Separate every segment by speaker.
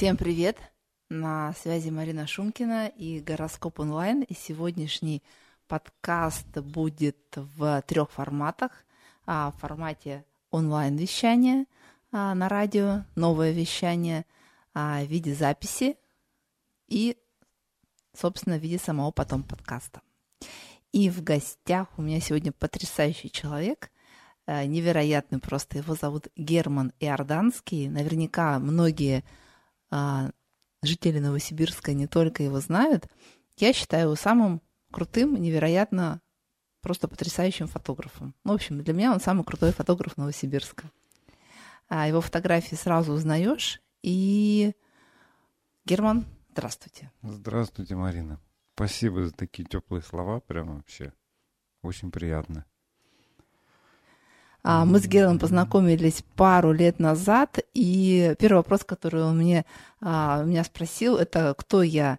Speaker 1: Всем привет! На связи Марина Шумкина и Гороскоп онлайн. И сегодняшний подкаст будет в 3 форматах. В формате онлайн-вещания на радио, новое вещание в виде записи и, собственно, в виде самого потом подкаста. И в гостях у меня сегодня потрясающий человек, невероятный просто. Его зовут Герман Иорданский. Наверняка многие жители Новосибирска не только его знают. Я считаю его самым крутым, невероятно просто потрясающим фотографом. В общем, для меня он самый крутой фотограф Новосибирска. Его фотографии сразу узнаешь. И, Герман, здравствуйте.
Speaker 2: Здравствуйте, Марина. Спасибо за такие теплые слова. Прям вообще очень приятно.
Speaker 1: Мы с Германом познакомились пару лет назад, и первый вопрос, который он меня спросил, это кто я,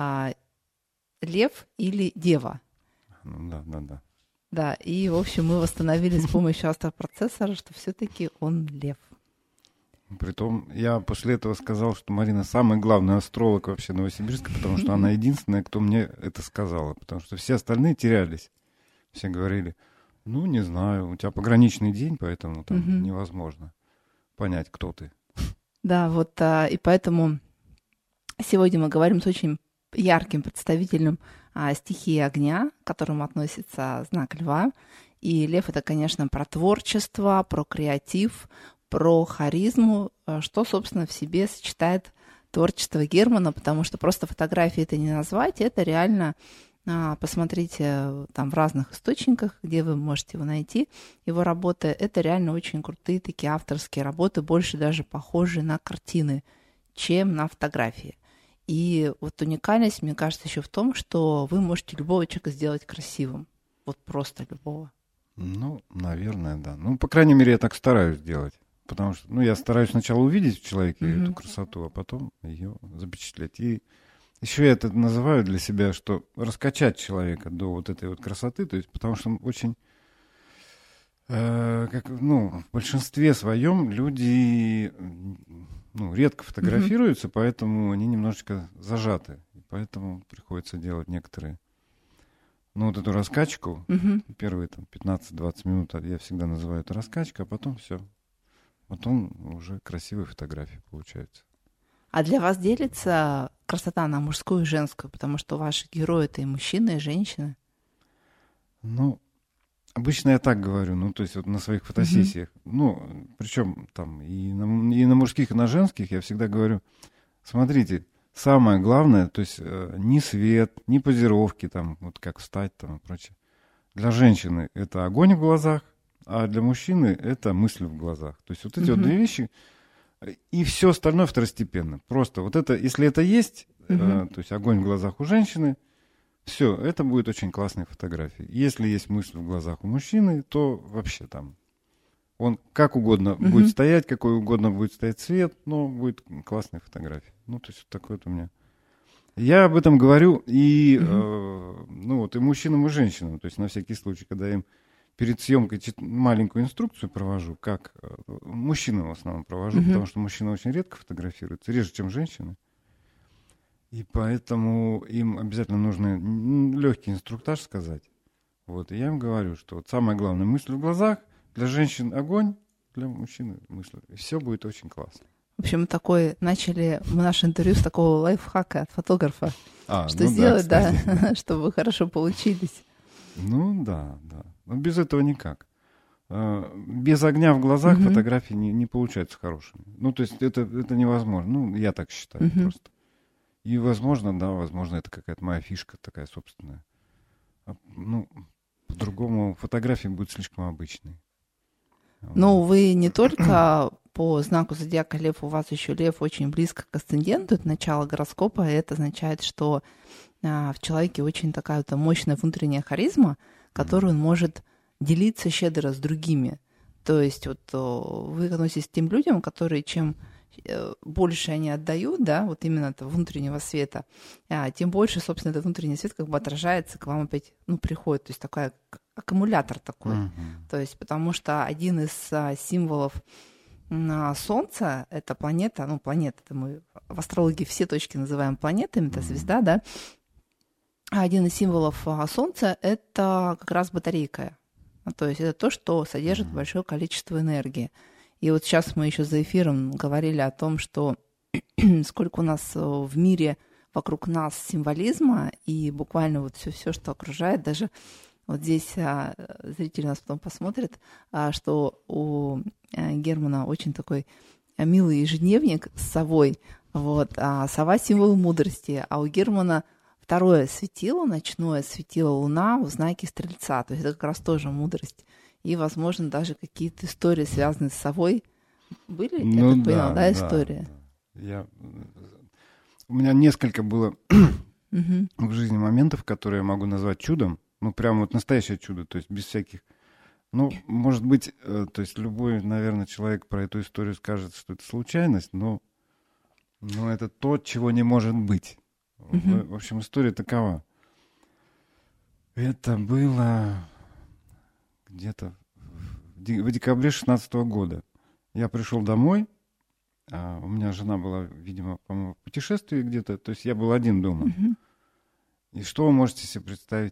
Speaker 1: лев или дева?
Speaker 2: Да.
Speaker 1: Да, и, в общем, мы восстановили с помощью астропроцессора, что все-таки он лев.
Speaker 2: Притом я после этого сказал, что Марина самый главный астролог вообще Новосибирска, потому что она единственная, кто мне это сказала, потому что все остальные терялись. Все говорили: ну, не знаю, у тебя пограничный день, поэтому там невозможно понять, кто ты.
Speaker 1: Да, вот, и поэтому сегодня мы говорим с очень ярким представителем стихии огня, к которому относится знак льва. И лев — это, конечно, про творчество, про креатив, про харизму, что, собственно, в себе сочетает творчество Германа, потому что просто фотографии это не назвать, это реально... Посмотрите там в разных источниках, где вы можете его найти. Его работы — это реально очень крутые такие авторские работы, больше даже похожие на картины, чем на фотографии. И вот уникальность, мне кажется, еще в том, что вы можете любого человека сделать красивым. Вот просто любого.
Speaker 2: Ну, наверное, да. Ну, по крайней мере, я так стараюсь делать. Потому что, я стараюсь сначала увидеть в человеке эту красоту, а потом ее запечатлеть. И еще я это называю для себя, что раскачать человека до вот этой вот красоты, то есть, потому что очень, в большинстве своем люди, редко фотографируются, поэтому они немножечко зажаты, и поэтому приходится делать некоторые, вот эту раскачку, первые там 15-20 минут я всегда называю это раскачка, а потом все, потом уже красивые фотографии получаются.
Speaker 1: А для вас делится красота на мужскую и женскую, потому что ваши герои — это и мужчины, и женщины?
Speaker 2: Обычно я так говорю, то есть вот на своих фотосессиях, причем там и на мужских, и на женских я всегда говорю: смотрите, самое главное, то есть ни свет, ни позировки, там, вот как встать там и прочее. Для женщины это огонь в глазах, а для мужчины это мысль в глазах. То есть вот эти вот две вещи... И все остальное второстепенно. Просто вот это, если это есть, то есть огонь в глазах у женщины, все, это будет очень классной фотографией. Если есть мысль в глазах у мужчины, то вообще там он как угодно будет стоять, какой угодно будет стоять цвет, но будет классная фотография. То есть вот такой вот у меня. Я об этом говорю и, и мужчинам, и женщинам. То есть на всякий случай, когда им перед съемкой маленькую инструкцию провожу, как мужчинам в основном провожу, потому что мужчины очень редко фотографируются, реже, чем женщины. И поэтому им обязательно нужно легкий инструктаж сказать. Вот, и я им говорю, что вот самое главное — мысль в глазах, для женщин огонь, для мужчин мысль. И все будет очень классно.
Speaker 1: В общем, начали мы наше интервью с такого лайфхака от фотографа. Что сделать, чтобы вы хорошо получились.
Speaker 2: Да. Но без этого никак. Без огня в глазах фотографии не получаются хорошими. То есть это невозможно. Я так считаю просто. И возможно, это какая-то моя фишка такая собственная. По-другому фотография будет слишком обычной.
Speaker 1: Вы не только по знаку зодиака Лев, у вас еще Лев очень близко к асценденту, это начало гороскопа, и это означает, что в человеке очень такая вот мощная внутренняя харизма, которую он может делиться щедро с другими. То есть вот вы относитесь к тем людям, которые чем больше они отдают, вот именно этого внутреннего света, тем больше, собственно, этот внутренний свет как бы отражается, к вам опять, приходит. То есть такой аккумулятор такой. То есть потому что один из символов Солнце — это планета, ну, планета, это мы в астрологии все точки называем планетами, это звезда, да. А один из символов Солнца — это как раз батарейка. То есть это то, что содержит большое количество энергии. И вот сейчас мы еще за эфиром говорили о том, что сколько у нас в мире вокруг нас символизма, и буквально вот все, что окружает, даже вот здесь зрители нас потом посмотрят, что у Германа очень такой милый ежедневник с совой. Вот, сова — символ мудрости, а у Германа второе светило, ночное светило луна в знаке Стрельца. То есть это как раз тоже мудрость. И, возможно, даже какие-то истории, связанные с совой, были?
Speaker 2: Ну,
Speaker 1: я так поняла, да, история?
Speaker 2: Да. У меня несколько было в жизни моментов, которые я могу назвать чудом. Ну, прям вот настоящее чудо, то есть без всяких... Ну, может быть, то есть любой, наверное, человек про эту историю скажет, что это случайность, но это то, чего не может быть. В общем, история такова. Это было где-то в декабре 2016 года. Я пришел домой, у меня жена была, видимо, по-моему, в путешествии где-то, то есть я был один дома. И что вы можете себе представить?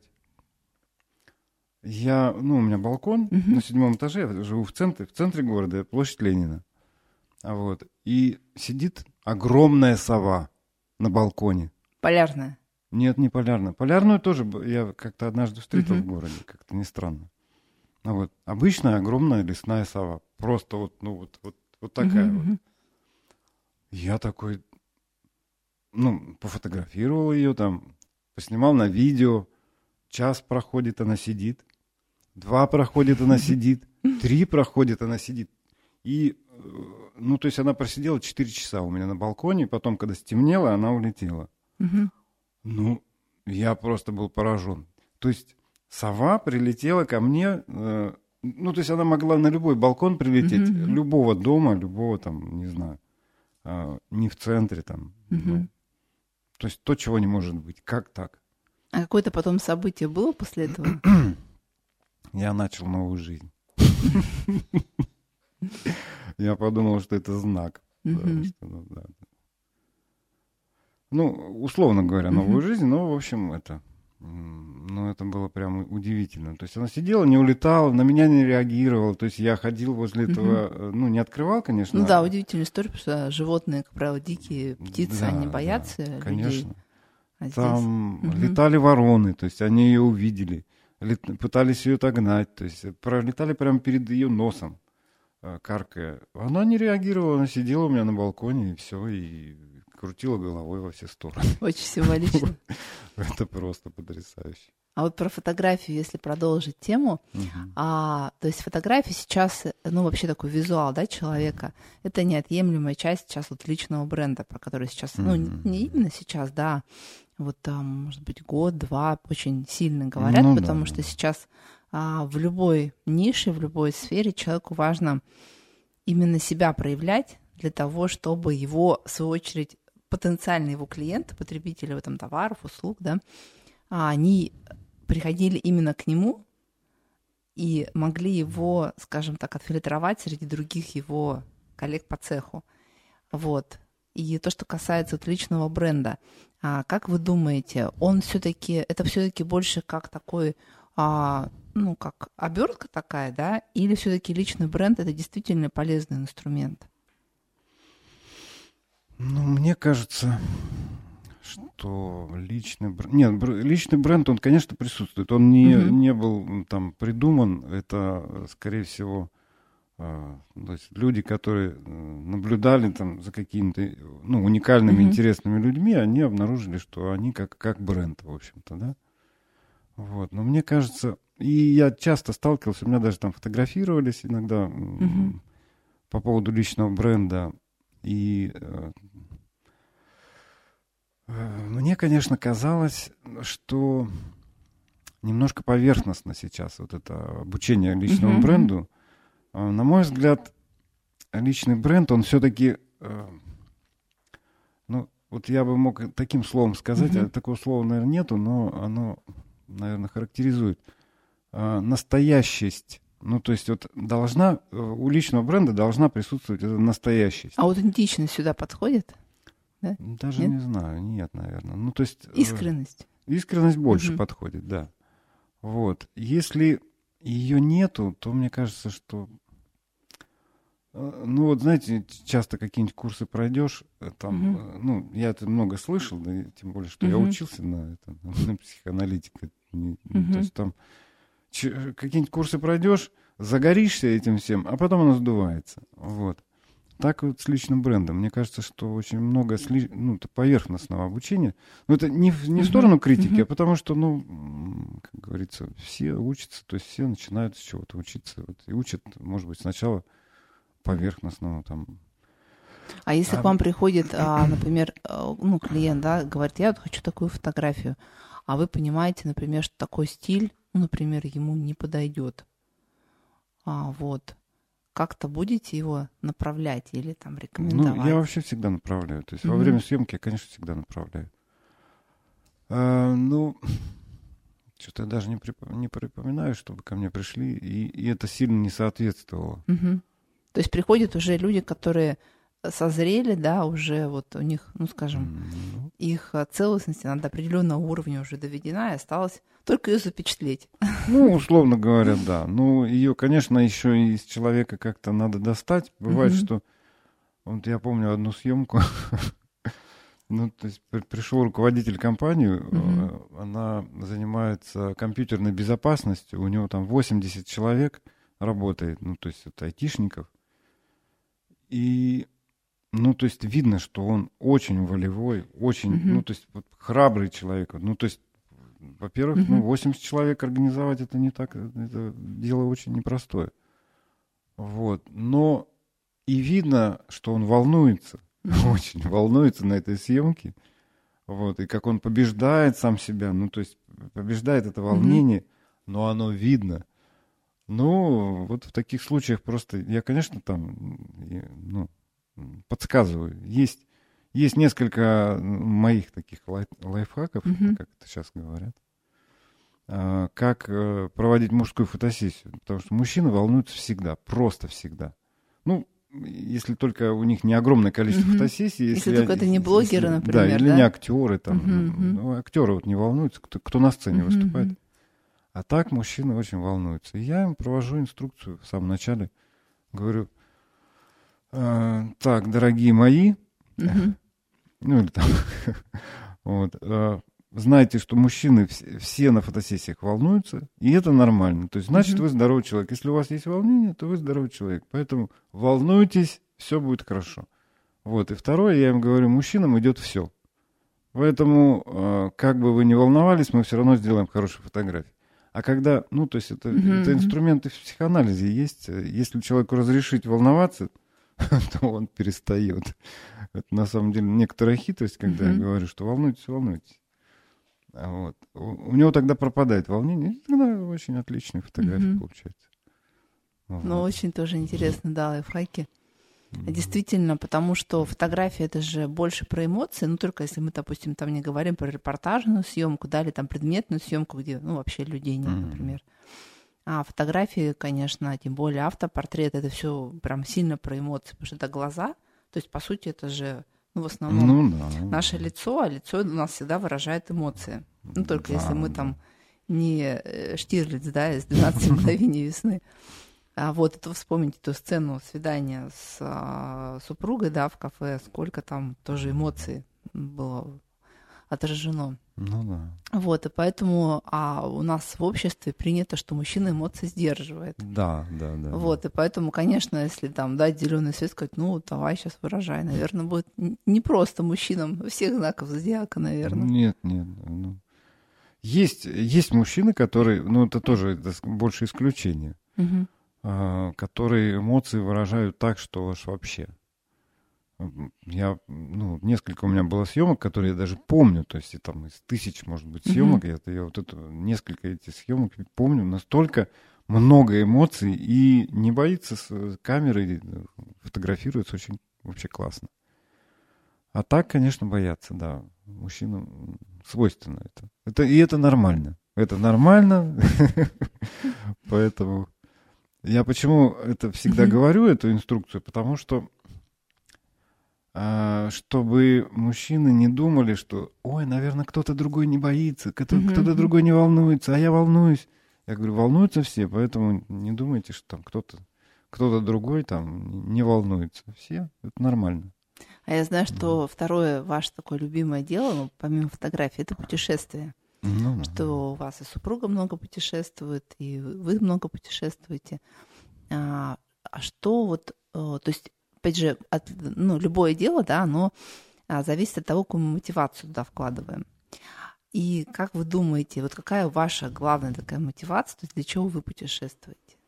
Speaker 2: У меня балкон на 7-м этаже, я живу в центре города, площадь Ленина. И сидит огромная сова на балконе.
Speaker 1: Полярная?
Speaker 2: Нет, не полярная. Полярную тоже я как-то однажды встретил в городе, как-то не странно. Обычная огромная лесная сова. Просто вот такая вот. Я такой, пофотографировал ее там, поснимал на видео. Час проходит, она сидит. 2 проходит, она сидит. 3 проходит, она сидит. И, то есть она просидела 4 часа у меня на балконе. Потом, когда стемнело, она улетела. Я просто был поражен. То есть сова прилетела ко мне. То есть она могла на любой балкон прилететь. Любого дома, любого там, не знаю. Не в центре там. То есть то, чего не может быть. Как так?
Speaker 1: А какое-то потом событие было после этого?
Speaker 2: Я начал новую жизнь. Я подумал, что это знак. Условно говоря, новую жизнь, но, в общем, это было прям удивительно. То есть она сидела, не улетала, на меня не реагировала. То есть я ходил возле этого, не открывал, конечно.
Speaker 1: Да, удивительная история, потому что животные, как правило, дикие птицы, они боятся людей.
Speaker 2: Конечно.
Speaker 1: А
Speaker 2: там летали вороны, то есть они ее увидели, пытались ее отогнать, то есть пролетали прямо перед ее носом, каркая. Она не реагировала, она сидела у меня на балконе, и все, и крутила головой во все стороны.
Speaker 1: Очень символично.
Speaker 2: Это просто потрясающе.
Speaker 1: А вот про фотографию, если продолжить тему, то есть фотография сейчас, вообще такой визуал, да, человека, это неотъемлемая часть сейчас вот личного бренда, про который сейчас, не именно сейчас, да, вот там, может быть, год-два очень сильно говорят, потому что сейчас в любой нише, в любой сфере человеку важно именно себя проявлять для того, чтобы его, в свою очередь, потенциальные его клиенты, потребители в этом товаров, услуг, да, они приходили именно к нему и могли его, скажем так, отфильтровать среди других его коллег по цеху. Вот. И то, что касается личного бренда, как вы думаете, это все-таки больше как такой, как обертка такая, да, или все-таки личный бренд — это действительно полезный инструмент?
Speaker 2: Мне кажется, что личный бренд... Нет, личный бренд, он, конечно, присутствует. Он не был там придуман. Это, скорее всего, то есть люди, которые наблюдали там за какими-то уникальными, интересными людьми, они обнаружили, что они как бренд, в общем-то, да. Но мне кажется... И я часто сталкивался, у меня даже там фотографировались иногда по поводу личного бренда. И мне, конечно, казалось, что немножко поверхностно сейчас вот это обучение личному бренду. На мой взгляд, личный бренд, он все-таки, я бы мог таким словом сказать, а такого слова, наверное, нету, но оно, наверное, характеризует настоящесть Ну, то есть вот у личного бренда должна присутствовать эта настоящесть.
Speaker 1: А аутентичность сюда подходит? Да?
Speaker 2: Даже
Speaker 1: Нет?
Speaker 2: не знаю, нет, наверное. Ну, то есть...
Speaker 1: Искренность.
Speaker 2: Искренность больше подходит, да. Вот. Если ее нету, то мне кажется, что... Ну, вот знаете, часто какие-нибудь курсы пройдешь, там, ну, я это много слышал, да, тем более, что я учился на психоаналитика. То есть там какие-нибудь курсы пройдешь, загоришься этим всем, а потом оно сдувается. Вот. Так вот с личным брендом. Мне кажется, что очень много поверхностного обучения. Но это не в сторону критики, а потому что, ну, как говорится, все учатся, то есть все начинают с чего-то учиться. Вот, и учат, может быть, сначала поверхностному там.
Speaker 1: А если к вам приходит, например, ну, клиент, да, говорит, я вот хочу такую фотографию, а вы понимаете, например, что такой стиль, ну, например, ему не подойдет. Вот. Как-то будете его направлять или там рекомендовать?
Speaker 2: Ну, я вообще всегда направляю. То есть во время съемки я, конечно, всегда направляю. Ну, что-то я даже не припоминаю, чтобы ко мне пришли, и это сильно не соответствовало.
Speaker 1: То есть приходят уже люди, которые созрели, да, уже вот у них, ну, скажем, их целостность на до определенного уровня уже доведена, и осталось только ее запечатлеть.
Speaker 2: Ну, условно говоря, да. Ну, ее, конечно, еще из человека как-то надо достать. Бывает, что... Вот я помню одну съемку. Ну, то есть пришел руководитель компании, она занимается компьютерной безопасностью, у него там 80 человек работает, ну, то есть это айтишников. И, ну, то есть видно, что он очень волевой, очень, ну, то есть вот, храбрый человек. Ну, то есть, во-первых, ну, 80 человек организовать это не так, это дело очень непростое. Вот, но и видно, что он волнуется, очень волнуется на этой съемке. Вот, и как он побеждает сам себя, ну, то есть побеждает это волнение, но оно видно. Ну, вот в таких случаях просто я, конечно, там, ну, подсказываю. Есть несколько моих таких лайфхаков, как это сейчас говорят, как проводить мужскую фотосессию. Потому что мужчины волнуются всегда, просто всегда. Ну, если только у них не огромное количество фотосессий.
Speaker 1: Если только это не блогеры, например,
Speaker 2: да? Или не актеры. Там, ну, актеры вот не волнуются, кто на сцене выступает. А так мужчины очень волнуются. И я им провожу инструкцию в самом начале. Говорю, так, дорогие мои, ну или там, вот, знайте, что мужчины все на фотосессиях волнуются, и это нормально. То есть, значит, вы здоровый человек. Если у вас есть волнение, то вы здоровый человек. Поэтому волнуйтесь, все будет хорошо. Вот. И второе, я им говорю, мужчинам идет все. Поэтому, как бы вы ни волновались, мы все равно сделаем хорошие фотографии. А когда, ну, то есть это инструменты в психоанализе есть. Если человеку разрешить волноваться, то он перестает. Это на самом деле некоторая хитрость, когда я говорю, что волнуйтесь, волнуйтесь. Вот. У него тогда пропадает волнение, и тогда очень отличные фотографии получаются. Вот.
Speaker 1: Ну, очень тоже интересно, да, лайфхаки. Действительно, потому что фотография — это же больше про эмоции, ну, только если мы, допустим, там не говорим про репортажную съемку, да, или там предметную съемку, где, ну, вообще людей нет, например. А фотографии, конечно, тем более автопортрет, это все прям сильно про эмоции, потому что это глаза, то есть, по сути, это же, ну, в основном наше лицо, а лицо у нас всегда выражает эмоции. Ну, только если мы там не Штирлиц, да, из «12 мгновений весны. А вот это вспомните ту сцену свидания с супругой, да, в кафе, сколько там тоже эмоций было отражено.
Speaker 2: Ну да.
Speaker 1: Вот, и поэтому у нас в обществе принято, что мужчина эмоции сдерживает.
Speaker 2: Да.
Speaker 1: Вот, и поэтому, конечно, если там дать зеленый свет, сказать, ну, давай сейчас выражай, наверное, будет не просто мужчинам всех знаков зодиака, наверное.
Speaker 2: Нет. Ну. Есть мужчины, которые, ну, это тоже больше исключение. Которые эмоции выражают так, что аж вообще. Несколько у меня было съемок, которые я даже помню, то есть там из 1000, может быть, съемок, я вот несколько этих съемок помню, настолько много эмоций, и не боится с камерой, фотографируется очень вообще классно. А так, конечно, боятся, да, мужчинам свойственно это. И это нормально. Это нормально, поэтому... Я почему это всегда говорю, эту инструкцию, потому что чтобы мужчины не думали, что, ой, наверное, кто-то другой не боится, кто-то другой не волнуется, а я волнуюсь. Я говорю, волнуются все, поэтому не думайте, что там кто-то другой там не волнуется. Все, это нормально.
Speaker 1: А я знаю, что второе ваше такое любимое дело, ну, помимо фотографии, это путешествие. Что у вас и супруга много путешествует, и вы много путешествуете. А что вот, то есть, опять же, любое дело, да, оно зависит от того, какую мы мотивацию туда вкладываем. И как вы думаете, вот какая ваша главная такая мотивация, то есть для чего вы путешествуете?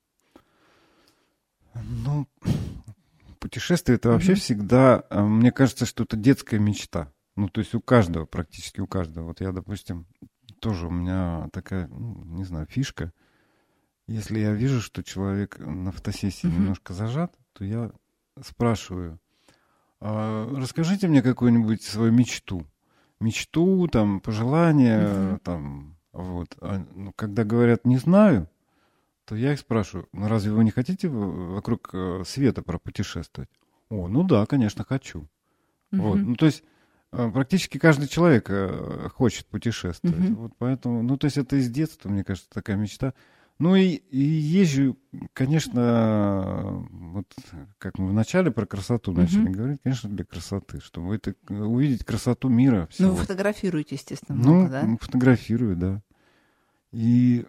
Speaker 2: Ну, путешествие — это вообще всегда, мне кажется, что это детская мечта. Ну, то есть у каждого, практически у каждого. Вот я, допустим, тоже у меня такая, не знаю, фишка. Если я вижу, что человек на фотосессии немножко зажат, то я спрашиваю, расскажите мне какую-нибудь свою мечту. Мечту, там, пожелание, там, вот. Когда говорят «не знаю», то я их спрашиваю, ну разве вы не хотите вокруг света пропутешествовать? О, ну да, конечно, хочу. Вот. Ну, то есть практически каждый человек хочет путешествовать. Вот поэтому, ну, то есть это из детства, мне кажется, такая мечта. Ну и езжу, конечно, вот как мы вначале про красоту начали говорить, конечно, для красоты, чтобы увидеть красоту мира. Всего.
Speaker 1: Ну, вы фотографируете, естественно, много, да?
Speaker 2: Ну, фотографирую, да. И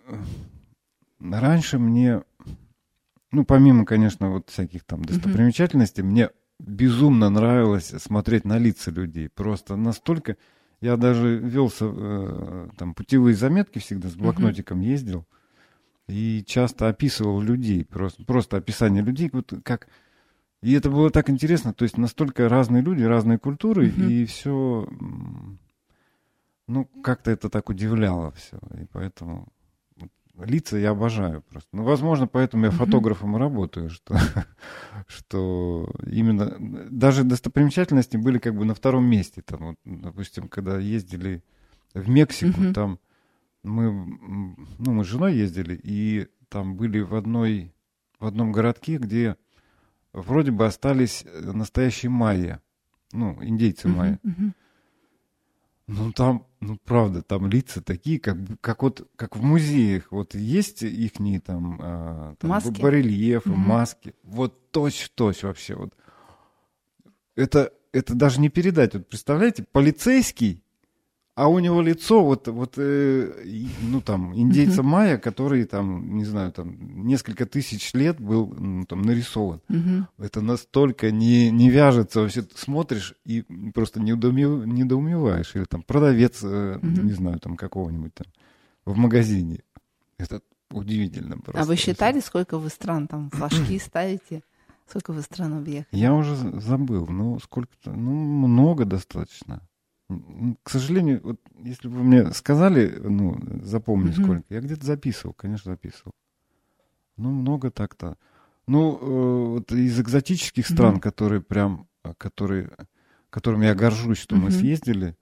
Speaker 2: раньше мне, ну, помимо, конечно, вот всяких там достопримечательностей, мне безумно нравилось смотреть на лица людей. Просто настолько... Я даже велся там путевые заметки всегда, с блокнотиком ездил. И часто описывал людей, просто описание людей, вот как... И это было так интересно, то есть настолько разные люди, разные культуры, и все, ну, как-то это так удивляло все, и поэтому лица я обожаю просто. Ну, возможно, поэтому я фотографом и работаю, что именно... Даже достопримечательности были как бы на втором месте, там, вот, допустим, когда ездили в Мексику, там мы с женой ездили, и там были в одном городке, где вроде бы остались настоящие майя, ну, индейцы майя. Ну, там, ну, правда, там лица такие, как в музеях. Вот есть ихние там
Speaker 1: маски?
Speaker 2: Барельефы, маски. Вот точь-в-точь вообще. Вот. Это даже не передать. Вот представляете, полицейский, а у него лицо ну, там, индейца майя, который, там, не знаю, там, несколько тысяч лет был, ну, там, нарисован. Это настолько не вяжется. Вообще смотришь и просто недоумеваешь. Или там продавец, не знаю, там, какого-нибудь там в магазине. Это удивительно просто.
Speaker 1: А вы считали, сколько вы стран там флажки ставите? Сколько вы стран объехали?
Speaker 2: Я уже забыл. Ну, сколько-то, ну, много достаточно. К сожалению, вот если бы вы мне сказали, ну, запомни сколько, я где-то записывал, конечно, записывал. Ну, много так-то. Ну, вот из экзотических стран, которым я горжусь, что мы съездили,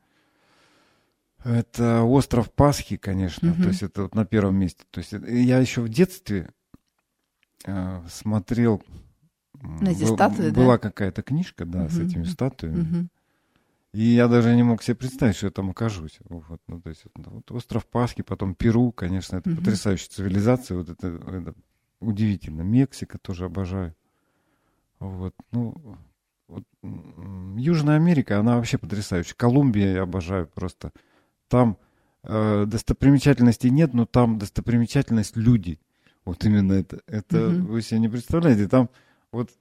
Speaker 2: это остров Пасхи, конечно, то есть это вот на первом месте. То есть я еще в детстве смотрел, была какая-то книжка, да, с этими статуями. И я даже не мог себе представить, что я там окажусь. Вот, ну, то есть, вот остров Пасхи, потом Перу, конечно, это потрясающая цивилизация, вот это удивительно. Мексика тоже обожаю. Вот, ну, вот, Южная Америка, она вообще потрясающая. Колумбия я обожаю просто. Там достопримечательностей нет, но там достопримечательность люди. Вот именно это. Это вы себе не представляете. Там вот...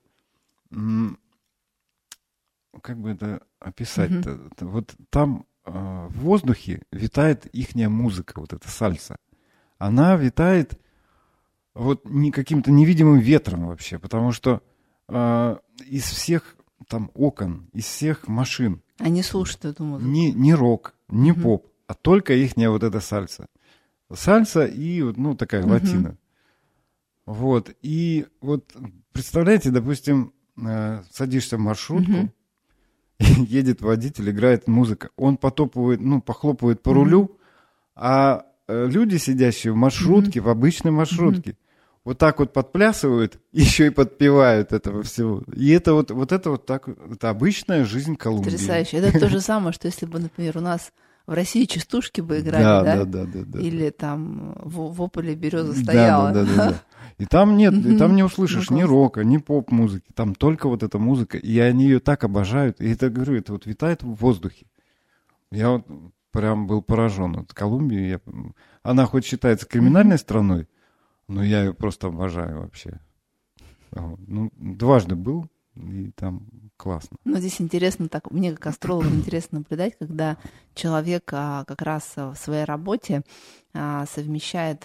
Speaker 2: Как бы это описать-то? Вот там в воздухе витает ихняя музыка, вот эта сальса. Она витает вот каким-то невидимым ветром вообще, потому что из всех там окон, из всех машин...
Speaker 1: Они слушают эту музыку.
Speaker 2: Не рок, не поп, а только ихняя вот эта сальса. Сальса и, ну, такая латина. Вот. И вот представляете, допустим, садишься в маршрутку, едет водитель, играет музыка, он потопывает, ну, похлопывает по рулю, а люди, сидящие в маршрутке, в обычной маршрутке, вот так вот подплясывают, еще и подпевают этого всего. И это вот это вот так, это обычная жизнь Колумбии.
Speaker 1: Потрясающе. Это то же самое, что если бы, например, у нас в России частушки бы играли,
Speaker 2: да.
Speaker 1: Или там в Ополе береза стояла.
Speaker 2: Да. И там нет, и там не услышишь ни рока, ни поп-музыки. Там только вот эта музыка. И они ее так обожают. И это, говорю, это вот витает в воздухе. Я вот прям был поражен. Вот Колумбия, она хоть считается криминальной страной, но я ее просто обожаю вообще. Ну, дважды был, и там классно.
Speaker 1: Ну, здесь интересно так, мне как астрологу интересно наблюдать, когда человек как раз в своей работе совмещает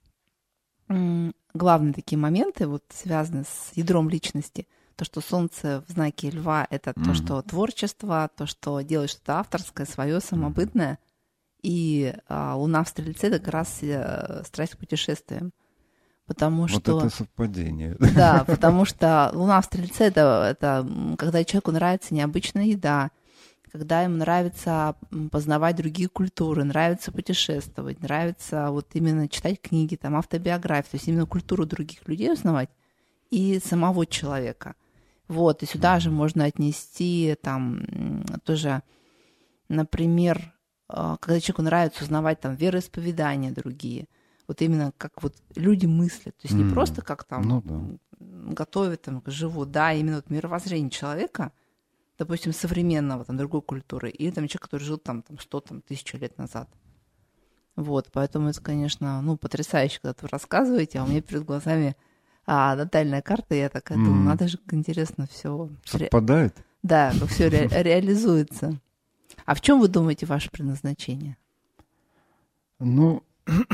Speaker 1: главные такие моменты, вот связанные с ядром личности. То, что Солнце в знаке Льва — это то, что творчество, то, что делает что-то авторское, свое, самобытное. И Луна в Стрельце — это как раз страсть к путешествиям. Потому
Speaker 2: вот
Speaker 1: что...
Speaker 2: это совпадение.
Speaker 1: Да, потому что Луна в Стрельце — это когда человеку нравится необычная еда, когда ему нравится познавать другие культуры, нравится путешествовать, нравится вот именно читать книги, там, автобиографии, то есть именно культуру других людей узнавать и самого человека. Вот, и сюда же можно отнести там тоже, например, когда человеку нравится узнавать там вероисповедания другие, вот именно как вот люди мыслят, то есть не просто как там готовят, там, живут, да, именно вот мировоззрение человека, допустим, современного, там, другой культуры, или там человек, который жил там 100, там, 1000 лет назад. Вот, поэтому это, конечно, ну, потрясающе, когда вы рассказываете, а у меня перед глазами натальная карта, я такая думаю, надо же, как интересно все.
Speaker 2: Совпадает?
Speaker 1: Да, как все реализуется. А в чем вы думаете ваше предназначение?
Speaker 2: Ну,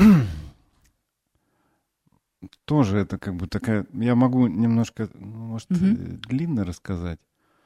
Speaker 2: тоже это как бы такая... Я могу немножко, может, длинно рассказать.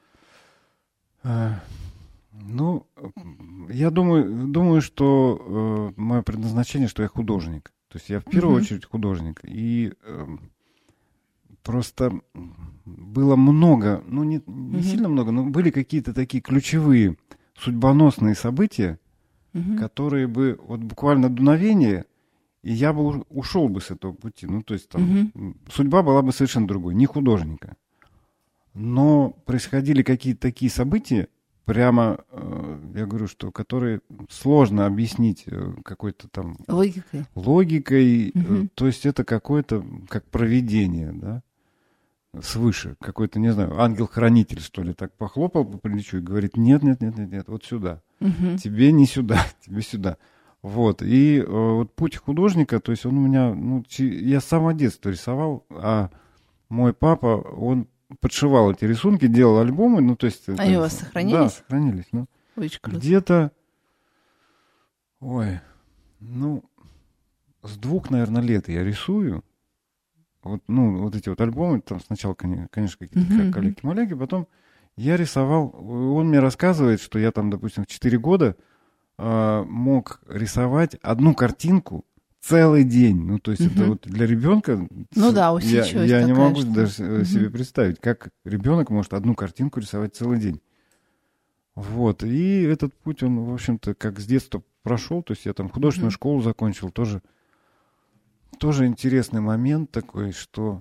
Speaker 2: Ну, я думаю, что мое предназначение, что я художник. То есть я в первую очередь художник. И просто было много, ну не сильно много, но были какие-то такие ключевые судьбоносные события, которые бы вот буквально дуновение, и я бы ушел бы с этого пути. Ну, то есть там судьба была бы совершенно другой, не художника. Но происходили какие-то такие события, прямо, я говорю, что которые сложно объяснить какой-то там логикой. То есть это какое-то, как провидение, да, свыше. Какой-то, не знаю, ангел-хранитель, что ли, так похлопал по плечу и говорит, нет, вот сюда. Тебе не сюда, тебе сюда. Вот. И вот путь художника, то есть он у меня, ну, я с самого детства рисовал, а мой папа, он подшивал эти рисунки, делал альбомы, ну, то есть...
Speaker 1: Они у вас сохранились?
Speaker 2: Да, сохранились. Ну, где-то, с 2, наверное, лет я рисую. Вот, вот эти вот альбомы, там сначала, конечно, какие-то каляки-маляки, потом я рисовал, он мне рассказывает, что я там, допустим, в 4 года мог рисовать одну картинку целый день. Ну, то есть это вот для ребенка...
Speaker 1: Ну да, усидчивость
Speaker 2: я не
Speaker 1: такая,
Speaker 2: могу даже себе представить, как ребенок может одну картинку рисовать целый день. Вот. И этот путь, он, в общем-то, как с детства прошел. То есть я там художественную школу закончил. Тоже интересный момент такой, что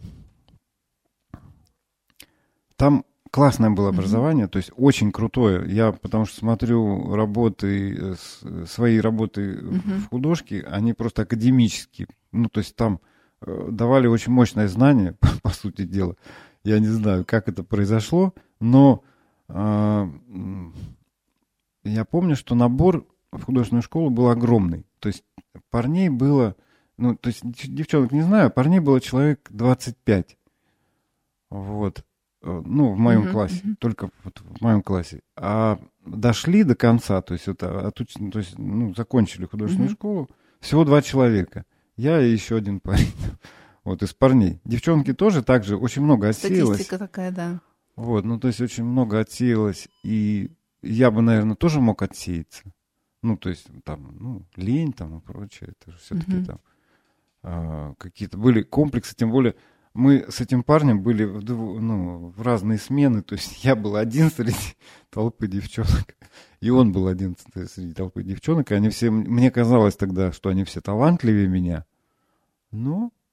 Speaker 2: там классное было образование, то есть очень крутое. Я потому что смотрю работы, свои работы в художке, они просто академические. Ну, то есть там давали очень мощное знание, по сути дела. Я не знаю, как это произошло, но я помню, что набор в художественную школу был огромный. То есть парней было, ну, то есть девчонок не знаю, парней было человек 25. Вот. Ну, в моем классе, только вот в моем классе. А дошли до конца, то есть, закончили художественную школу, всего 2 человека. Я и еще один парень. Вот, из парней. Девчонки тоже так же, очень много отсеялось.
Speaker 1: Статистика такая, да.
Speaker 2: Вот, ну, то есть, очень много отсеялось. И я бы, наверное, тоже мог отсеяться. Ну, то есть, там, лень там и прочее. Это же все-таки там какие-то были комплексы, тем более... Мы с этим парнем были в разные смены, то есть я был один среди толпы девчонок, и он был один среди толпы девчонок, и они все, мне казалось тогда, что они все талантливее меня, но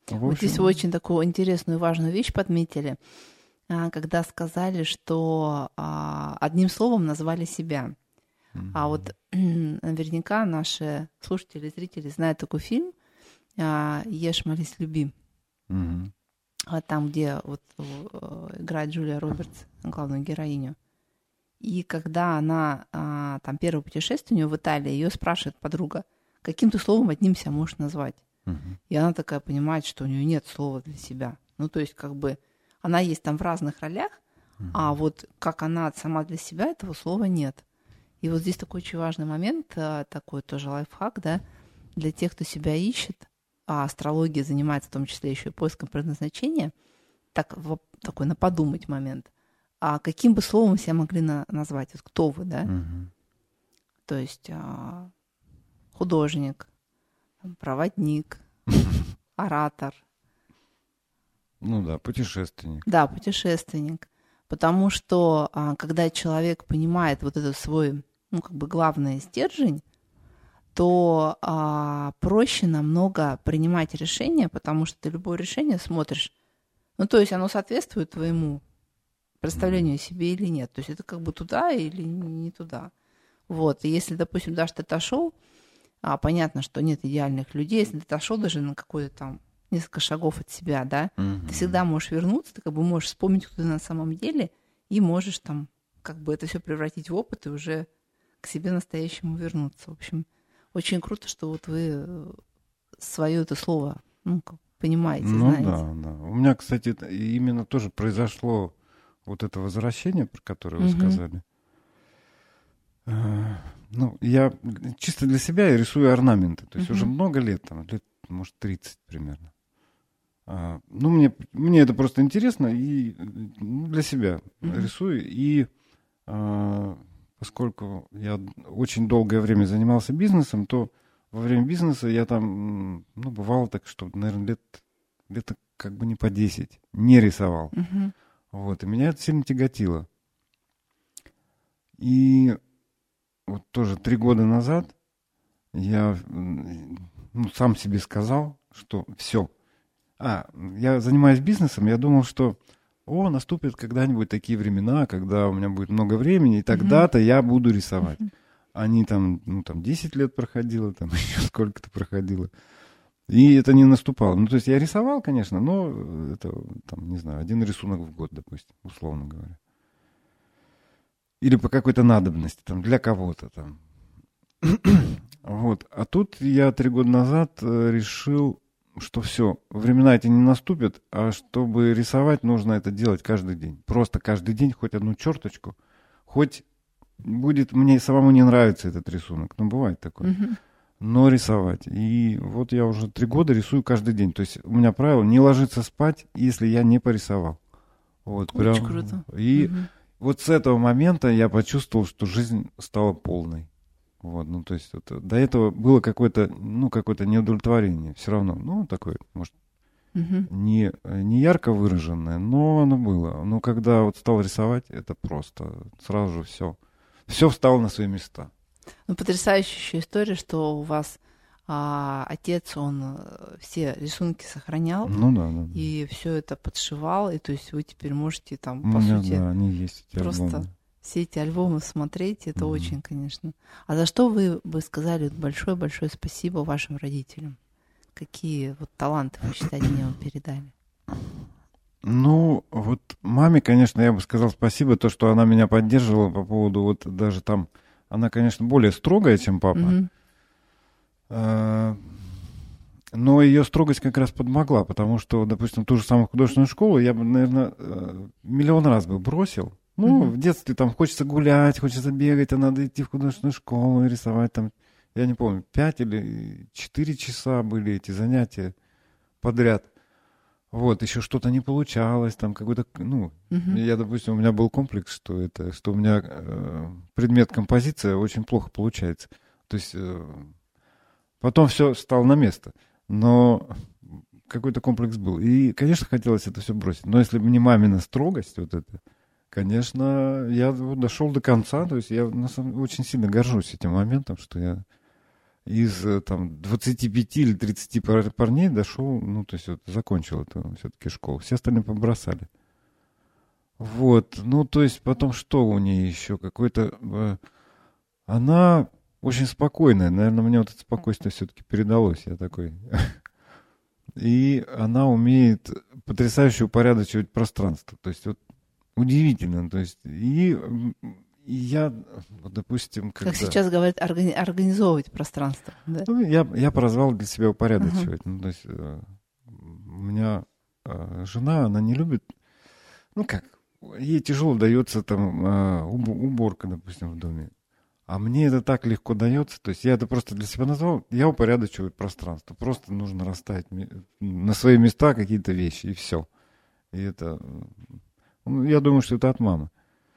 Speaker 1: Вот здесь вы очень такую интересную и важную вещь подметили, когда сказали, что одним словом назвали себя. А вот наверняка наши слушатели, зрители знают такой фильм «Ешь, молись, люби». Там, где вот играет Джулия Робертс, главную героиню. И когда она, там первое путешествие у нее в Италии, ее спрашивает подруга, каким ты словом одним себя можешь назвать? И она такая понимает, что у нее нет слова для себя. Ну, то есть, как бы, она есть там в разных ролях, а вот как она сама для себя, этого слова нет. И вот здесь такой очень важный момент, такой тоже лайфхак, да, для тех, кто себя ищет, а астрология занимается в том числе еще и поиском предназначения, такой на подумать момент. А каким бы словом себя могли назвать? Вот кто вы, да? То есть художник, проводник, оратор.
Speaker 2: Ну да, путешественник.
Speaker 1: Да, путешественник. Потому что когда человек понимает вот этот свой, ну, как бы главный стержень, то проще намного принимать решения, потому что ты любое решение смотришь. Ну, то есть оно соответствует твоему представлению о себе или нет. То есть это как бы туда или не туда. Вот. И если, допустим, даже ты отошел, понятно, что нет идеальных людей, если ты отошел даже на какой-то там несколько шагов от себя, да, ты всегда можешь вернуться, ты как бы можешь вспомнить, кто ты на самом деле, и можешь там как бы это все превратить в опыт и уже к себе настоящему вернуться. В общем, очень круто, что вот вы свое это слово, ну, понимаете, знаете.
Speaker 2: Ну да. У меня, кстати, именно тоже произошло вот это возвращение, про которое вы сказали. Ну, я чисто для себя я рисую орнаменты. То есть уже много лет, там, лет, может, 30 примерно. Ну, мне это просто интересно, и для себя рисую. И поскольку я очень долгое время занимался бизнесом, то во время бизнеса я там, ну, бывало так, что, наверное, лет как бы не по 10 не рисовал. Вот, и меня это сильно тяготило. И вот тоже 3 года назад я сам себе сказал, что все. Я занимаюсь бизнесом, я думал, что наступят когда-нибудь такие времена, когда у меня будет много времени, и тогда-то я буду рисовать. Они там, 10 лет проходило, там еще сколько-то проходило. И это не наступало. Ну, то есть я рисовал, конечно, но это, там, не знаю, 1 рисунок в год, допустим, условно говоря. Или по какой-то надобности, там, для кого-то там. Вот. А тут я 3 года назад решил, что все, времена эти не наступят, а чтобы рисовать, нужно это делать каждый день. Просто каждый день хоть одну черточку, хоть будет мне самому не нравится этот рисунок, ну, бывает такое, но рисовать. И вот я уже 3 года рисую каждый день. То есть у меня правило не ложиться спать, если я не порисовал. Вот,
Speaker 1: очень круто.
Speaker 2: И вот с этого момента я почувствовал, что жизнь стала полной. Вот, ну, то есть до этого было какое-то неудовлетворение. Все равно, ну, такое, может, не ярко выраженное, но оно было. Но когда вот стал рисовать, это просто сразу же все встало на свои места.
Speaker 1: Ну, потрясающая еще история, что у вас отец, он все рисунки сохранял, и все это подшивал, и то есть вы теперь можете там, по сути,
Speaker 2: они есть, эти
Speaker 1: просто
Speaker 2: альбомы.
Speaker 1: Все эти альбомы смотреть, это очень, конечно. А за что вы бы сказали большое-большое спасибо вашим родителям? Какие вот таланты, вы считаете, мне вам передали?
Speaker 2: Ну, вот маме, конечно, я бы сказал спасибо, то, что она меня поддерживала по поводу вот даже там, она, конечно, более строгая, чем папа, но ее строгость как раз подмогла, потому что, допустим, ту же самую художественную школу я бы, наверное, миллион раз бы бросил. Ну, в детстве там хочется гулять, хочется бегать, а надо идти в художественную школу и рисовать там, я не помню, 5 или 4 часа были эти занятия подряд. Вот, еще что-то не получалось, там какой-то, я, допустим, у меня был комплекс, что у меня предмет композиция очень плохо получается. То есть потом все стало на место, но какой-то комплекс был. И, конечно, хотелось это все бросить. Но если бы не мамина строгость, вот это, конечно, я дошел до конца, то есть я на самом деле очень сильно горжусь этим моментом, что из там 25 или 30 парней дошел, ну, то есть вот закончил эту все-таки школу. Все остальные побросали. Вот, ну, то есть потом что у нее еще? Какой-то... Она очень спокойная. Наверное, мне вот это спокойствие все-таки передалось. Я такой... И она умеет потрясающе упорядочивать пространство. То есть вот удивительно. То есть и я, вот, допустим, когда...
Speaker 1: Как сейчас говорят, организовывать пространство. Да?
Speaker 2: Ну, я прозвал для себя упорядочивать. Ну, то есть у меня жена, она не любит... Ну как, ей тяжело дается там уборка, допустим, в доме. А мне это так легко дается. То есть я это просто для себя назвал. Я упорядочиваю пространство. Просто нужно расставить на свои места какие-то вещи, и все. И это... Ну, я думаю, что это от мамы.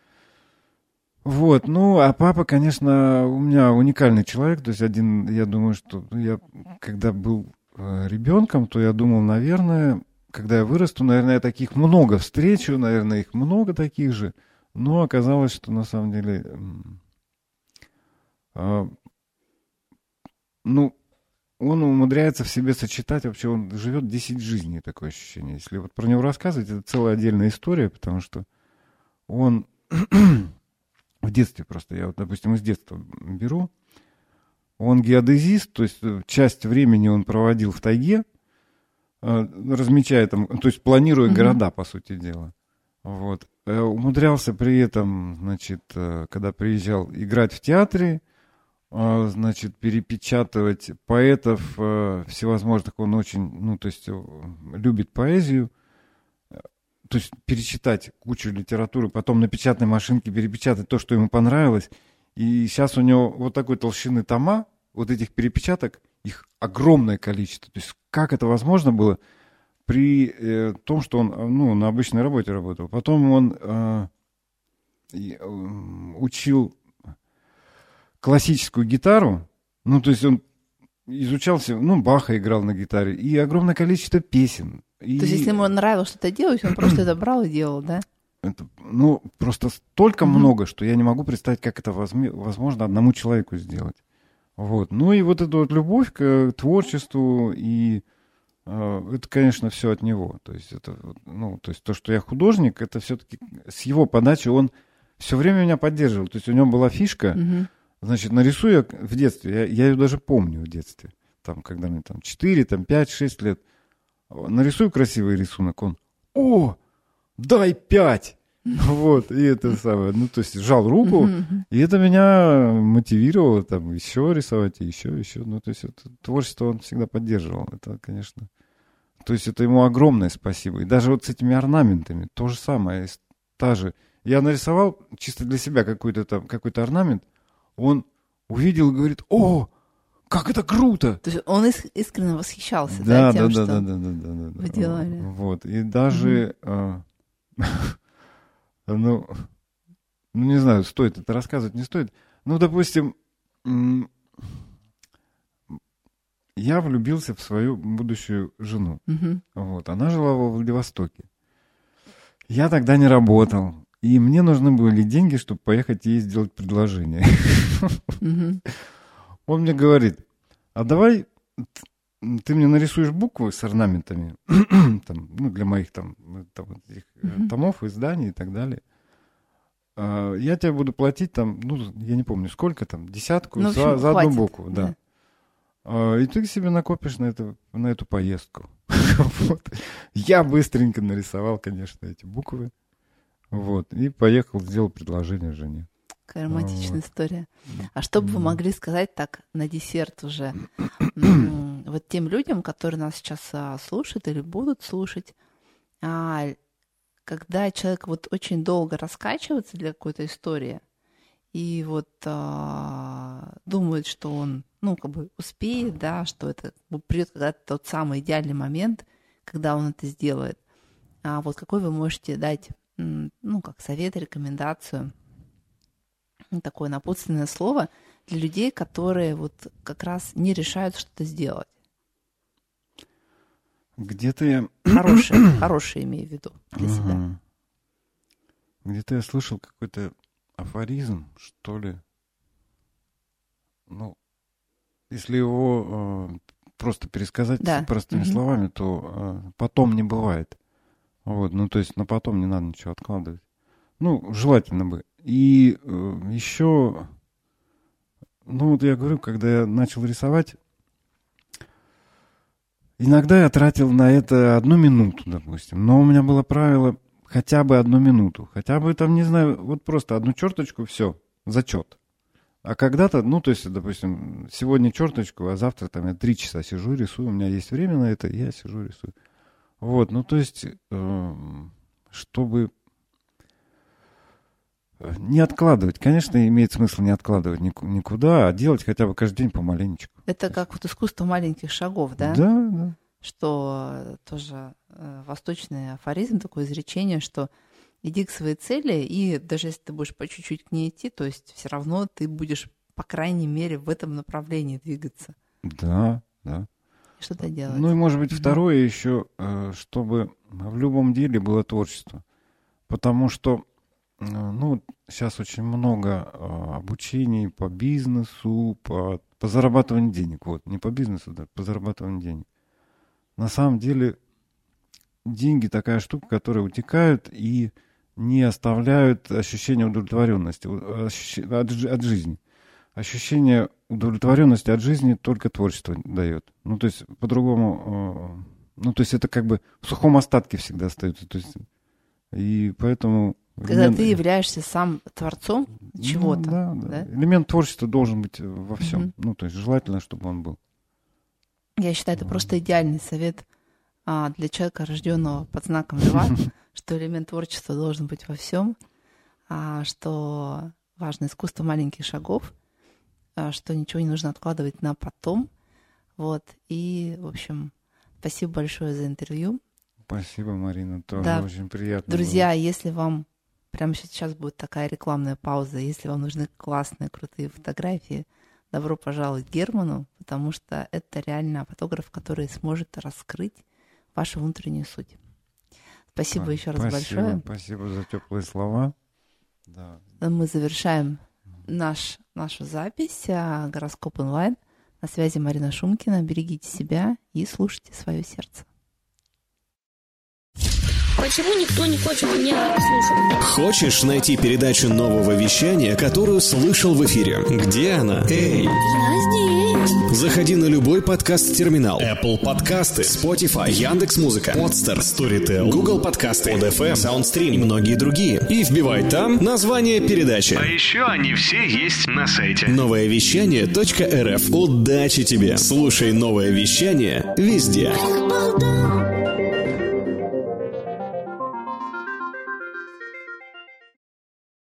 Speaker 2: Вот. Ну, а папа, конечно, у меня уникальный человек. То есть один, я думаю, что я, когда был ребенком, то я думал, наверное, когда я вырасту, наверное, я таких много встречу, наверное, их много таких же. Но оказалось, что на самом деле... Ну, он умудряется в себе сочетать, вообще он живет 10 жизней, такое ощущение. Если вот про него рассказывать, это целая отдельная история, потому что он в детстве просто, я вот, допустим, из детства беру, он геодезист, то есть часть времени он проводил в тайге, размечая там, то есть планируя города, по сути дела. Вот. Умудрялся при этом, значит, когда приезжал, играть в театре, значит, перепечатывать поэтов всевозможных, он очень, ну, то есть любит поэзию, то есть перечитать кучу литературы, потом на печатной машинке перепечатать то, что ему понравилось. И сейчас у него вот такой толщины тома, вот этих перепечаток, их огромное количество. То есть как это возможно было при том, что он, ну, на обычной работе работал. Потом он учил классическую гитару, ну, то есть он изучался, ну, Баха играл на гитаре, и огромное количество песен. И...
Speaker 1: То есть если ему нравилось что-то делать, он просто это брал и делал, да?
Speaker 2: Это, ну, просто столько много, что я не могу представить, как это возможно одному человеку сделать. Вот. Ну, и вот эта вот любовь к творчеству, и это, конечно, все от него. То есть это, ну, то есть то, что я художник, это все-таки с его подачи он все время меня поддерживал. То есть у него была фишка, значит, нарисую я в детстве, я ее даже помню в детстве, там, когда мне там 4, там, 5, 6 лет, нарисую красивый рисунок, он, о, дай 5! Вот, и это самое, ну, то есть сжал руку, и это меня мотивировало там еще рисовать, и еще, ну, то есть это творчество он всегда поддерживал, это, конечно, то есть это ему огромное спасибо. И даже вот с этими орнаментами то же самое, та же, я нарисовал чисто для себя какой-то орнамент, он увидел и говорит, о, как это круто!
Speaker 1: То есть он искренне восхищался, да, тем, что вы делали.
Speaker 2: Вот, и даже, ну, не знаю, стоит это рассказывать, не стоит. Ну, допустим, я влюбился в свою будущую жену. Вот, она жила во Владивостоке. Я тогда не работал. И мне нужны были деньги, чтобы поехать ей сделать предложение. Он мне говорит, а давай ты мне нарисуешь буквы с орнаментами там, ну, для моих там этих томов, изданий и так далее. Я тебе буду платить там, ну, я не помню сколько там, 10
Speaker 1: ну,
Speaker 2: за
Speaker 1: хватит,
Speaker 2: одну букву. Да. И ты себе накопишь на эту поездку. Вот. Я быстренько нарисовал, конечно, эти буквы. Вот, и поехал, сделал предложение жене.
Speaker 1: Какая романтичная история. А что бы вы могли сказать так на десерт уже вот тем людям, которые нас сейчас слушают или будут слушать, когда человек вот очень долго раскачивается для какой-то истории и вот думает, что он, ну, как бы успеет, да, что это придет когда-то тот самый идеальный момент, когда он это сделает. А вот какой вы можете дать, ну, как совет, рекомендацию, такое напутственное слово для людей, которые вот как раз не решают что-то сделать?
Speaker 2: Где-то я...
Speaker 1: Хорошее имею в виду для себя.
Speaker 2: Где-то я слышал какой-то афоризм, что ли. Ну, Если его просто пересказать простыми словами, то потом не бывает. Вот, ну, то есть на потом не надо ничего откладывать. Ну, желательно бы. И еще, ну, вот я говорю, когда я начал рисовать, иногда я тратил на это 1 минуту, допустим. Но у меня было правило хотя бы 1 минуту. Хотя бы там, не знаю, вот просто 1 черточку, все, зачет. А когда-то, ну, то есть, допустим, сегодня черточку, а завтра там я 3 часа сижу, рисую, у меня есть время на это, я сижу, рисую. Вот, ну, то есть, чтобы не откладывать. Конечно, имеет смысл не откладывать никуда, а делать хотя бы каждый день помаленечку.
Speaker 1: Это как вот искусство маленьких шагов, да?
Speaker 2: Да, да.
Speaker 1: Что тоже восточный афоризм, такое изречение, что иди к своей цели, и даже если ты будешь по чуть-чуть к ней идти, то есть все равно ты будешь, по крайней мере, в этом направлении двигаться.
Speaker 2: Да, да.
Speaker 1: Что-то делать.
Speaker 2: Ну и, может быть, второе еще, чтобы в любом деле было творчество. Потому что, ну, сейчас очень много обучений по бизнесу, по зарабатыванию денег. Вот, не по бизнесу, да, по зарабатыванию денег. На самом деле, деньги такая штука, которая утекают и не оставляют ощущения удовлетворенности от жизни. Ощущение удовлетворенности от жизни только творчество дает. Ну, то есть, по-другому, ну, то есть, это как бы в сухом остатке всегда остается. То есть, и поэтому...
Speaker 1: Когда ты являешься сам творцом чего-то.
Speaker 2: Да, да, да. Элемент творчества должен быть во всем. Ну, то есть, желательно, чтобы он был.
Speaker 1: Я считаю, это просто идеальный совет для человека, рожденного под знаком льва, что элемент творчества должен быть во всем, что важно искусство маленьких шагов, что ничего не нужно откладывать на потом. Вот. И, в общем, спасибо большое за интервью.
Speaker 2: Спасибо, Марина, тоже очень приятно.
Speaker 1: Друзья,
Speaker 2: было.
Speaker 1: если вам прямо сейчас будет такая рекламная пауза, если вам нужны классные, крутые фотографии, добро пожаловать к Герману, потому что это реально фотограф, который сможет раскрыть вашу внутреннюю суть. Спасибо еще раз большое.
Speaker 2: Спасибо за теплые слова. Да.
Speaker 1: Мы завершаем нашу запись «Гороскоп онлайн». На связи Марина Шумкина. Берегите себя и слушайте свое сердце.
Speaker 3: Почему никто не хочет меня слушать?
Speaker 4: Хочешь найти передачу нового вещания, которую слышал в эфире? Где она? Эй!
Speaker 3: Я здесь.
Speaker 4: Заходи на любой подкаст-терминал. Apple подкасты, Spotify, Яндекс.Музыка, Podster, Storytel, Google подкасты, PodFM, SoundStream и многие другие. И вбивай там название передачи.
Speaker 5: А еще они все есть на сайте.
Speaker 4: Новоевещание.рф. Удачи тебе! Слушай новое вещание везде.
Speaker 3: Apple,